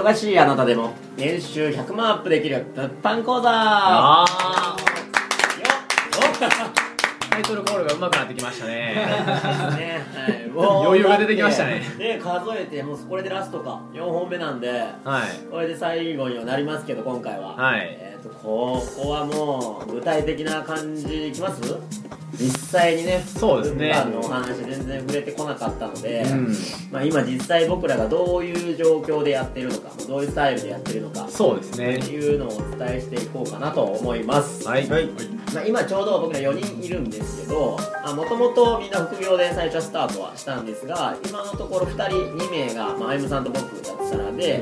忙しいあなたでも年収100万アップできる物販講座。 タイトルコールが上手くなってきましたね。 ね、はい、 余裕が出てきましたね。 で数えてもうこれでラストか4本目なんで、 はい、 これで最後にはなりますけど今回は、 はい、 ここはもう具体的な感じでいきます。実際にね、 そうですね、 物販のお話全然触れてこなかったので、まあ、今実際僕らがどういう状況でやってるのか、どういうスタイルでやってるのか、 そうですね、 っていうのをお伝えしていこうかなと思います。 はい、はい、 まあ、今ちょうど僕ら4人いるんですけど、もともとみんな副業で最初はスタートはしたんですが、今のところ2人2名が、まあ、あゆむさんと僕だったらで、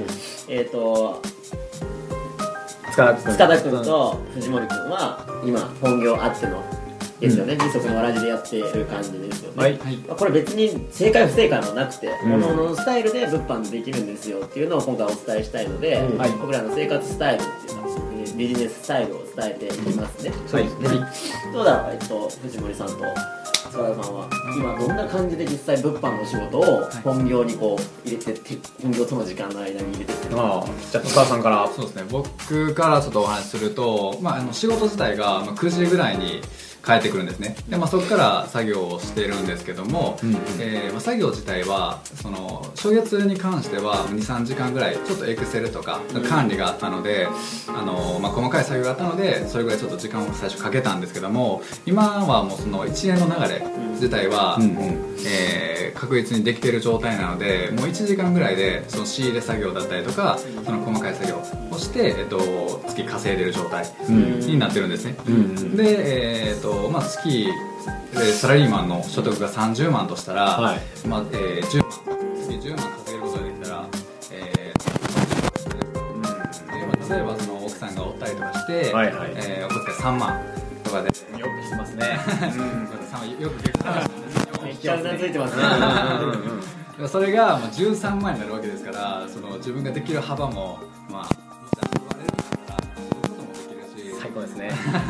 塚田君と藤森君は今本業あってのですよね、二足のわらじでやってる感じですよね、はい、これ別に正解不正解もなくて、各々のスタイルで物販できるんですよっていうのを今回お伝えしたいので、僕らの生活スタイルっていうかビジネススタイルを伝えていきますね。そうですね。どうだろう、藤森さんと塚田さんは今どんな感じで実際物販の仕事を本業にこう入れてって、本業との時間の間に入れてってる。じゃあ塚田さんから。そうですね、僕からちょっとお話しすると、仕事自体が9時ぐらいに帰ってくるんですね。で、そこから作業をしているんですけども、作業自体はその初月に関しては 2,3 時間ぐらいちょっとエクセルとか管理があったので、細かい作業があったのでそれぐらいちょっと時間を最初かけたんですけども、今はもうその一連の流れ自体は、確実にできている状態なので、もう1時間ぐらいでその仕入れ作業だったりとかその細かい作業をして、月稼いでる状態になってるんですね。で、月サラリーマンの所得が30万としたら、10万月10万稼げることができたら、例えばその奥さんがおったりとかして、お小遣い3万とかでよく聞きますね。 よく結構話なんですよ。 めっちゃうなずいてますね。 それが13万になるわけですから、その自分ができる幅も最高ですね。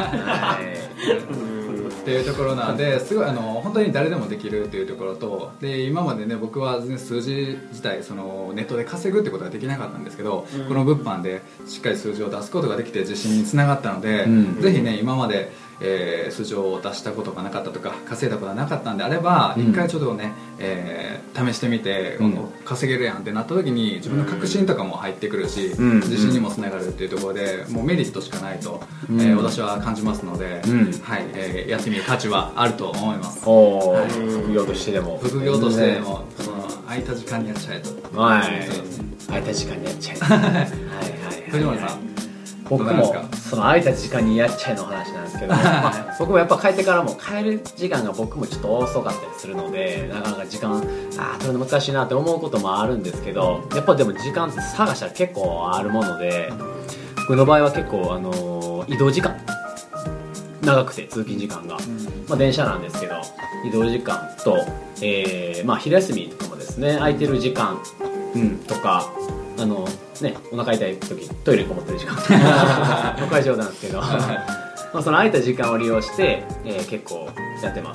っていうところなので、すごい本当に誰でもできるっていうところと、で今までね、僕は数字自体そのネットで稼ぐってことができなかったんですけど、この物販でしっかり数字を出すことができて自信につながったので、ぜひね、今まで数字を出したことがなかったとか稼いだことがなかったんであれば、一回ちょっとね、試してみて、稼げるやんってなった時に自分の確信とかも入ってくるし、自信にもつながるっていうところで、もうメリットしかないと、私は感じますので、やってみる価値はあると思います。 副業としてでもその空いた時間にやっちゃえと。 空いた時間にやっちゃえ。 藤森さん、 僕もその空いた時間にやっちゃえの話なんですけど、僕もやっぱ帰ってからも帰る時間が僕もちょっと遅かったりするので、なかなか時間取るの難しいなって思うこともあるんですけど、やっぱでも時間って探したら結構あるもので、僕の場合は結構移動時間長くて、通勤時間が、電車なんですけど移動時間と、昼休みとかもですね、空いてる時間、とかお腹痛い時トイレこもってる時間僕は冗談ですけどその空いた時間を利用して、結構やってます。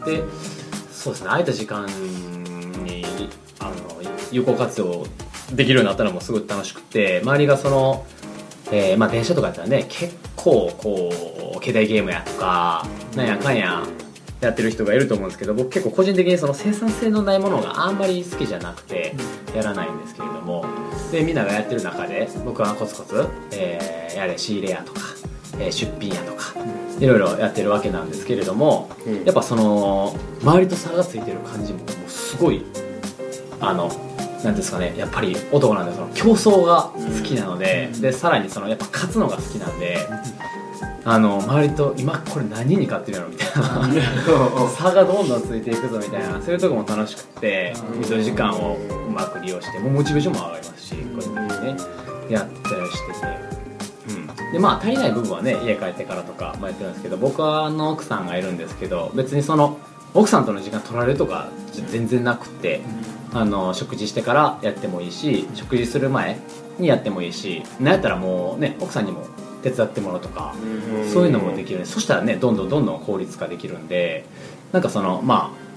で、そうですね、空いた時間に有効活用できるようになったのもすごい楽しくて、周りがその、電車とかやったらね、結構こう携帯ゲームやとかなんやかんややってる人がいると思うんですけど、僕結構個人的にその生産性のないものがあんまり好きじゃなくてやらないんですけれども、でみんながやってる中で僕はコツコツ、やれ仕入れやとか、出品やとかいろいろやってるわけなんですけれども、やっぱその周りと差がついてる感じもすごいなんですかね、やっぱり男なんでその競争が好きなので、でさらにそのやっぱ勝つのが好きなんで、周りと今これ何に勝ってるやろみたいな差がどんどんついていくぞみたいな、そういうとこも楽しくて、移動時間をうまく利用してもうモチベーションも上がりますし、こういうふうにねやったりしてて、で足りない部分はね家帰ってからとかもやってるんですけど、僕は奥さんがいるんですけど、別にその奥さんとの時間取られるとか全然なくて、食事してからやってもいいし、食事する前にやってもいいし、なんやったらもうね奥さんにも手伝ってもらうとか、そういうのもできるんで、そしたらねどんどん効率化できるんで、なんかその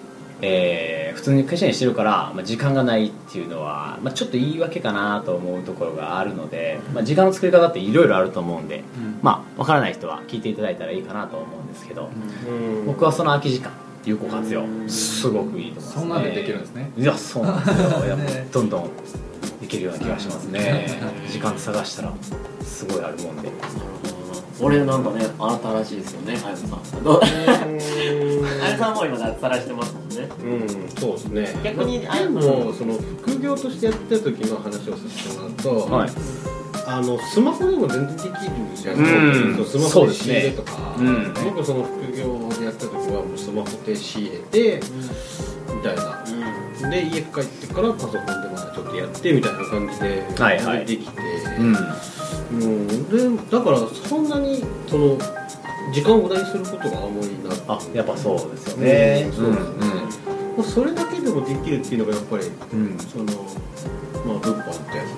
普通に会社員してるから、時間がないっていうのは、ちょっと言い訳かなと思うところがあるので、時間の作り方っていろいろあると思うんで、分からない人は聞いていただいたらいいかなと思うんですけど、僕はその空き時間有効活用すごくいいと思いますね。 そんなんでできるんですね。 いや、そうなんですよ。やっぱどんどんできるような気がしますね。時間探したらすごいあるもんで。 俺なんかね、あなたらしいですよね、あやさん。あやさんも今脱サラしてますもんね。 そうですね。 逆にでもその副業としてやってた時の話をさせてもらうと、スマホでも全然できるじゃん。スマホで仕入れとか、僕その副業でやってた時はもうスマホで仕入れてみたいな。で家帰ってからパソコンでまだちょっとやってみたいな感じでできて。でだからそんなにその時間を無駄にすることがあんまりなく、 やっぱそうですよね。 それだけでもできるっていうのがやっぱり、その物販って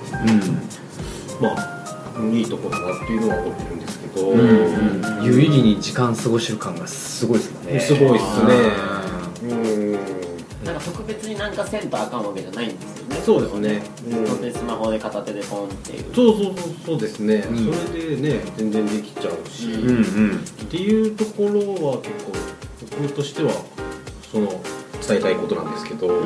いいところだなっていうのは思ってるんですけど、 有意義に時間過ごしてる感がすごいですもんね。 すごいっすね。 なんか特別になんかせんとあかんわけじゃないんですよね。 そうですね。 本当にスマホで片手でポンっていう。 そうですね。それでね全然できちゃうし、っていうところは結構僕としてはその伝えたいことなんですけど、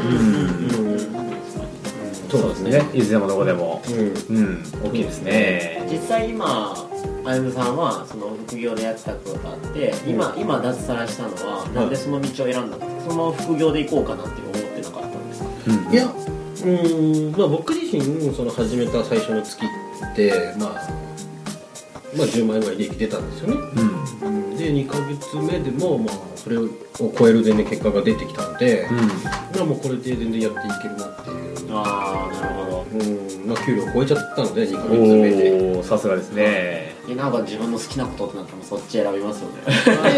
そうですね。いつでもどこでも大きいですね。 実際今あゆむさんはその副業でやってたことがあって、今脱サラしたのはなんでその道を選んだんですか？その副業で行こうかなって思ってなかったんですか？ いや、僕自身その始めた最初の月って10万円ぐらい利益出たんですよね。で2ヶ月目でもそれを超える全然結果が出てきたので、もうこれで全然やっていけるなっていう。 なるほど。 給料超えちゃったので2ヶ月目で。 さすがですね。 なんか自分の好きなことってなったらそっち選びますよね。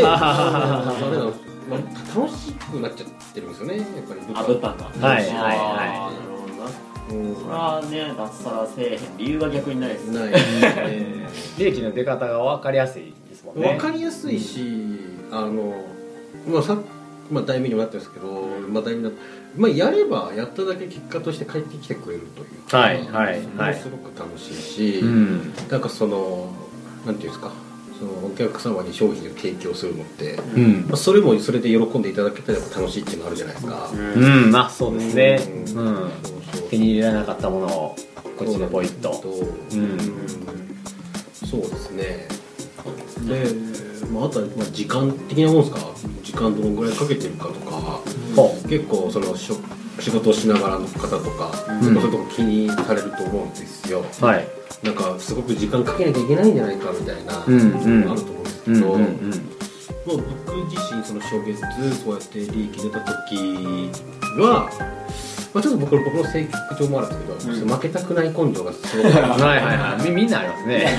楽しくなっちゃってるんですよね、やっぱり。 物販が。 なるほどな。それはね、脱サラせえへん理由が逆にないですね。 利益の出方が分かりやすいですもんね。 分かりやすいし、題名にもなってるんですけど、やればやっただけ結果として返ってきてくれるというか、すごく楽しいし、なんかそのなんていうんですか、そのお客様に商品を提供するのって、それもそれで喜んでいただけたら楽しいっていうのあるじゃないですか。 そうですね。手に入れられなかったものをこっちでポイッと。 そうですね。で、あとは時間的なもんですか。時間どのぐらいかけてるかとか、結構その仕事をしながらの方とか、そういうとこ気にされると思うんですよ。なんかすごく時間かけなきゃいけないんじゃないかみたいなのがあると思うんですけど、僕自身その初月そうやって利益出た時は、ちょっと僕の性格上もあるんですけど、負けたくない根性がすごいみんなありますね。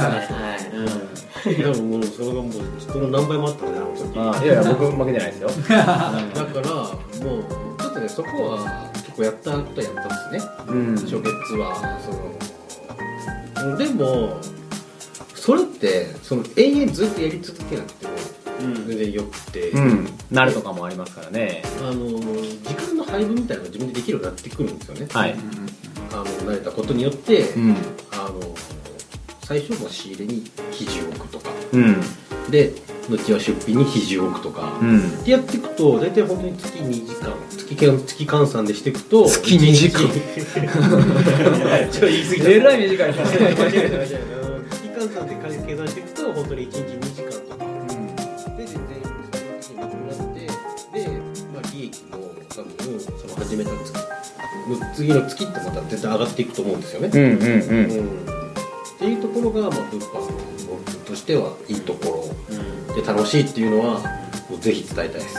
でももうそれがもう人の何倍もあったので、あの時。 いや僕負けてないですよ。 だからもうちょっとね、そこは結構やったことはやったんですね。初月はでもそれってその永遠ずっとやり続けなくても全然よくて、 なるとかもありますからね。 時間の配分みたいなのが自分でできるようになってくるんですよね。慣れたことによって、最初は仕入れに比重を置くとか、で後は出費に比重を置くとか、ってやっていくと大体本当に月2時間月換算でしていくと月2時間ちょっと言い過ぎた。 えらい短いですね。 月換算で計算していくと本当に1日2時間とか、で全然そのなくなって、で、利益も多分その始めた月の次の月ってまた絶対上がっていくと思うんですよね。っていうところが物販としてはいいところで楽しいっていうのはもうぜひ伝えたいです。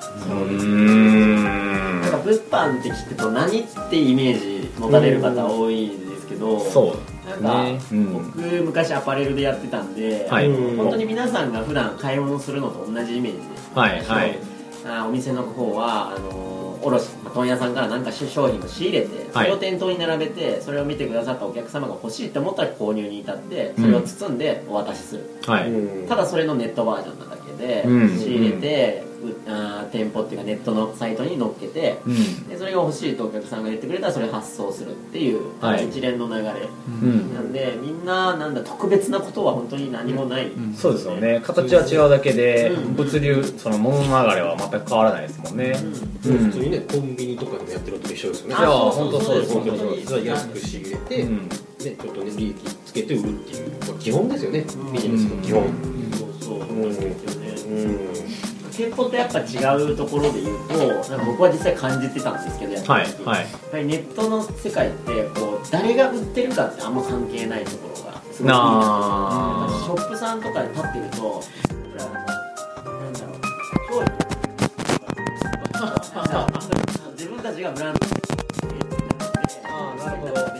なんか物販って聞くと何ってイメージ持たれる方多いんですけど、なんか僕昔アパレルでやってたんで、本当に皆さんが普段買い物するのと同じイメージで、お店の方は卸問屋さんから何か商品を仕入れて、それを店頭に並べて、それを見てくださったお客様が欲しいって思ったら購入に至って、それを包んでお渡しする、ただそれのネットバージョンなだけで、仕入れて店舗っていうかネットのサイトに載っけて、でそれが欲しいとお客さんが言ってくれたらそれ発送するっていう、一連の流れ、なんでみんななんだ特別なことは本当に何もない、 そうですよね。形は違うだけで、物流その物の流れは全く変わらないですもんね。 普通にねコンビニとかでもやってるのと一緒ですよね。 いや本当そうです。 安く仕入れて、ねちょっとね利益つけて売るっていう基本ですよね。ビジネスの基本。 そうですよね。店舗とやっぱ違うところで言うと、なんか僕は実際感じてたんですけど、やっぱりネットの世界ってこう誰が売ってるかってあんま関係ないところがすごいいいなと思って、ショップさんとかで立ってると、なんだろう、自分たちがブランドなるほど。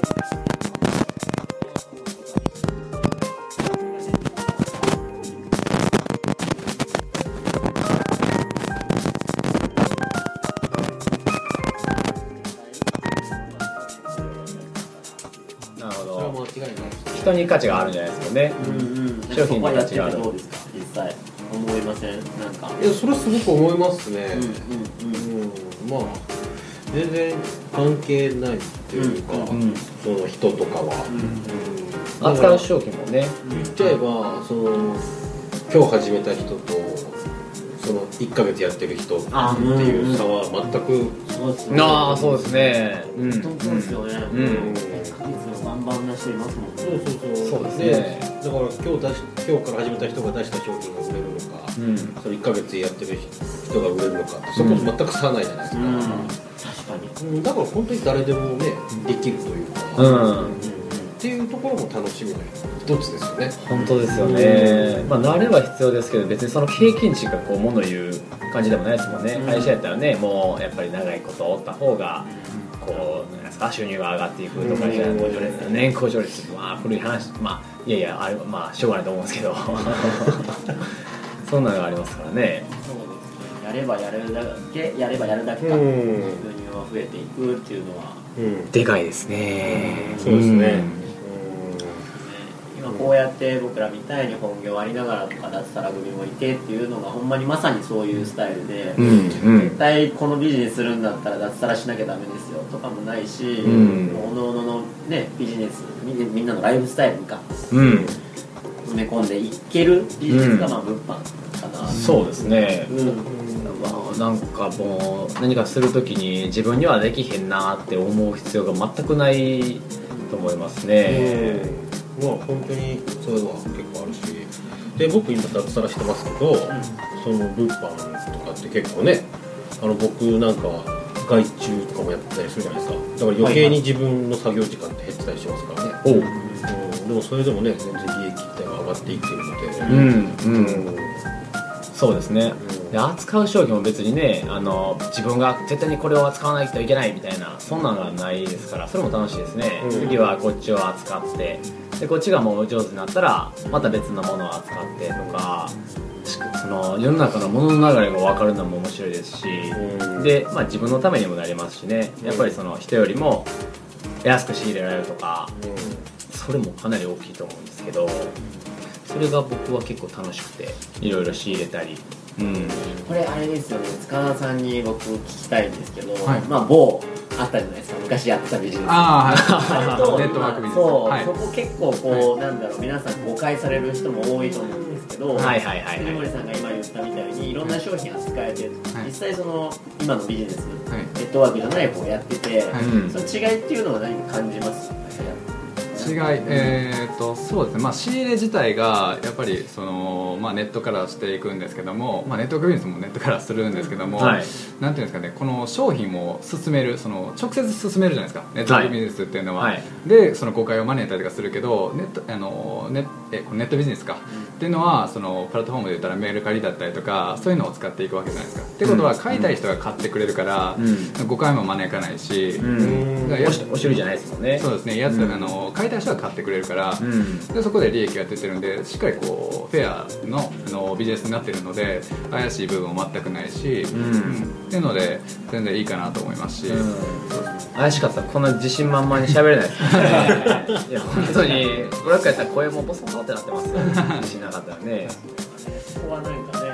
人に価値があるんじゃないですかね。商品に価値がある。 どうですか実際思いません？なんかいやそれすごく思いますね。まあ全然関係ないっていうか、その人とかは、 扱う商品もね。 言っちゃえばその今日始めた人とその1ヶ月やってる人っていう差は全くそうですね。 本当そうですよね。1ヶ月のバンバンな人いますもんね。 そうですね。 だから今日から始めた人が出した商品が売れるのか、その1ヶ月やってる人が売れるのかってそこ全く差はないじゃないですか。確かに。だから本当に誰でもねできるというか。っていうところも楽しみの一つですよね。 本当ですよね。慣れは必要ですけど別にその経験値がこう物言う感じでもないですもんね。会社やったらねもうやっぱり長いことおった方がこうなんですか収入が上がっていくとかじゃない年功序列古い話いやいやあれしょうがないと思うんですけどそんなのがありますからね。 そうですね。やればやるだけ収入は増えていくっていうのはでかいですね。 そうですね。 今こうやって僕らみたいに本業ありながらとか脱サラ組もいてっていうのがほんまにまさにそういうスタイルで、絶対このビジネスするんだったら脱サラしなきゃダメですよとかもないし、おのおののねビジネスみんなのライフスタイルか埋め込んでいけるビジネスが物販かな。 そうですね。なんかもう何かするときに自分にはできへんなって思う必要が全くないと思いますね。 本当にそれは結構あるし、で僕今脱サラしてますけど、その物販とかって結構ね僕なんかは外注とかもやってたりするじゃないですか。だから余計に自分の作業時間って減ってたりしますからね。でもそれでもね全然利益って上がっていってるので、 そうですね。で扱う商品も別にね自分が絶対にこれを扱わないといけないみたいなそんなのがないですからそれも楽しいですね。次はこっちを扱ってでこっちがもう上手になったらまた別のものを扱ってとかその世の中の物の流れが分かるのも面白いですし、で、自分のためにもなりますしね。やっぱりその人よりも安く仕入れられるとか、それもかなり大きいと思うんですけど、それが僕は結構楽しくていろいろ仕入れたり。 これあれですよね。塚田さんに僕聞きたいんですけど、某あったじゃないですか昔やってたビジネス。ネットワークビジネス。 そこ結構こうなんだろう皆さん誤解される人も多いと思うんですけど、藤森さんが今言ったみたいにいろんな商品扱えて、実際その今のビジネスネットワークじゃない方やってて、その違いっていうのは何か感じます？ 違い、そうですね、仕入れ自体がやっぱりその、ネットからしていくんですけども、ネットワークビジネスもネットからするんですけども、なんていうんですかね、この商品を進める直接進めるじゃないですか、ネットワークビジネスっていうのは、でその誤解を招いたりとかするけどネットビジネスか、っていうのはそのプラットフォームで言ったらメルカリだったりとかそういうのを使っていくわけじゃないですか。ってことは買いたい人が買ってくれるから、誤解も招かないし、 おしりじゃないですもんね。 そうですね、買いたい人は買ってくれるから、でそこで利益が出てるんでしっかりこうフェアのビジネスになってるので怪しい部分は全くないし、っていうので全然いいかなと思いますし、 怪しかったらこんな自信満々に喋れないですね。いや本当にブラックやったら声もボソボソってなってますよ。自信なかったらね。 ここは何かね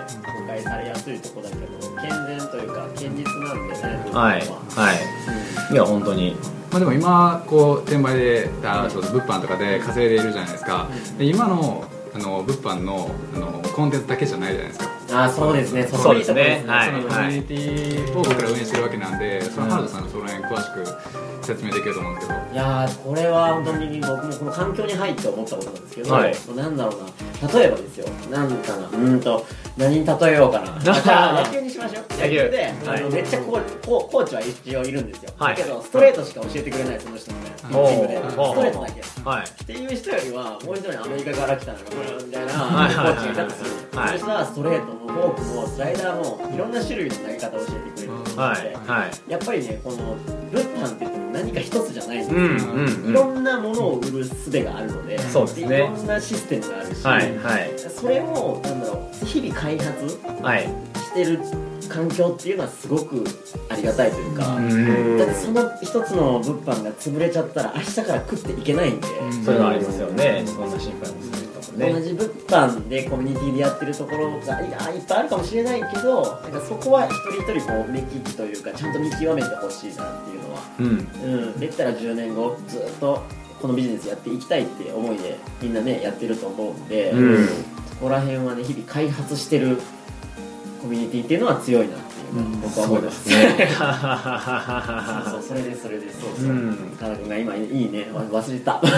解されやすいとこだけど健全というか堅実なんでね。 はいはい、いや本当に。 まあでも今こう転売で物販とかで稼いでいるじゃないですか。で今の物販のコンテンツだけじゃないじゃないですか。 そうですね。 そうですね。 そのコミュニティを僕ら運営してるわけなんで、その原田さんがその辺詳しく説明できると思うんですけど。 いやーこれは本当に僕もこの環境に入って思ったことなんですけど、 はい、 なんだろうな、例えばですよ、なんかな、何に例えようかな。じゃあ野球にしましょう。野球で、めっちゃコーチは一応いるんですよ。だけどストレートしか教えてくれないその人みたいな。チームでストレートだけ。っていう人よりはもう一人アメリカから来たのがこれみたいなコーチがいたとする。その人はストレートもフォークもスライダーもいろんな種類の投げ方を教えてくれるので、やっぱりねこの物販って言っても何か一つじゃないんですよ。いろんなものを売る術があるので、 そうですね、 いろんなシステムがあるし、それをなんだろう日々開発してる環境っていうのはすごくありがたいというか、だってその一つの物販が潰れちゃったら明日から食っていけないんで、 そういうのありますよね。そんな心配もするとかね。 同じ物販でコミュニティでやってるところがいっぱいあるかもしれないけど、なんかそこは一人一人こう目利きというかちゃんと見極めてほしいなっていうのは、できたら10年後ずっとこのビジネスやっていきたいって思いでみんなねやってると思うんで、そこら辺はね日々開発してるコミュニティっていうのは強いなっていうのは僕は思いますね。そうそれですそう田中君が今いいね忘れた。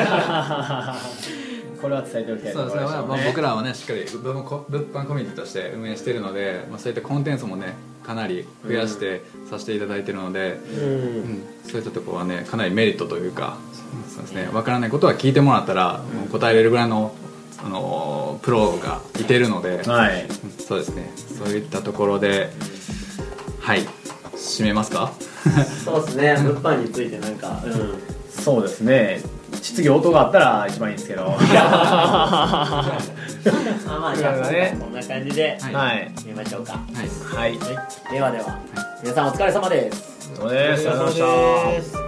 これは伝えておきたいところでしょうね。 僕らはねしっかり物販コミュニティとして運営しているので、そういったコンテンツもねかなり増やしてさせていただいているので、そういったところはねかなりメリットというか、そうですね、分からないことは聞いてもらったら答えれるぐらいのプロがいてるので、そうですね、そういったところで締めますか。 そうですね、物販についてなんか、 そうですね、質疑応答があったら一番いいんですけど。まあじゃあねこんな感じで見ましょうか。ではでは皆さんお疲れ様です。 お疲れ様でした。